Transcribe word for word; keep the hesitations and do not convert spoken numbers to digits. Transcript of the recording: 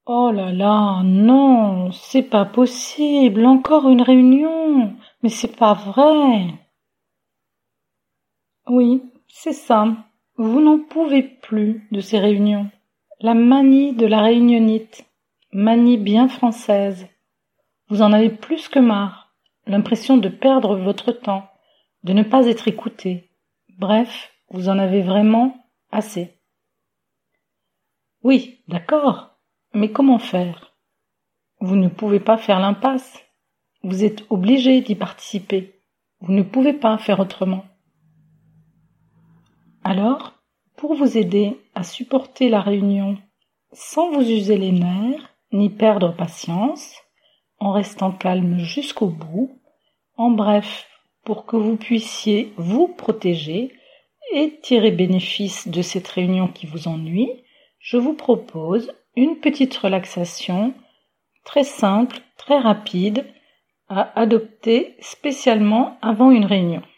Oh là là, non, c'est pas possible, encore une réunion, mais c'est pas vrai. Oui, c'est ça, vous n'en pouvez plus de ces réunions. La manie de la réunionnite, manie bien française. Vous en avez plus que marre, l'impression de perdre votre temps, de ne pas être écouté. Bref, vous en avez vraiment assez. Oui, d'accord, mais comment faire? Vous ne pouvez pas faire l'impasse. Vous êtes obligé d'y participer. Vous ne pouvez pas faire autrement. Alors, pour vous aider à supporter la réunion sans vous user les nerfs, ni perdre patience, en restant calme jusqu'au bout, en bref, pour que vous puissiez vous protéger et tirer bénéfice de cette réunion qui vous ennuie, je vous propose une petite relaxation très simple, très rapide, à adopter spécialement avant une réunion.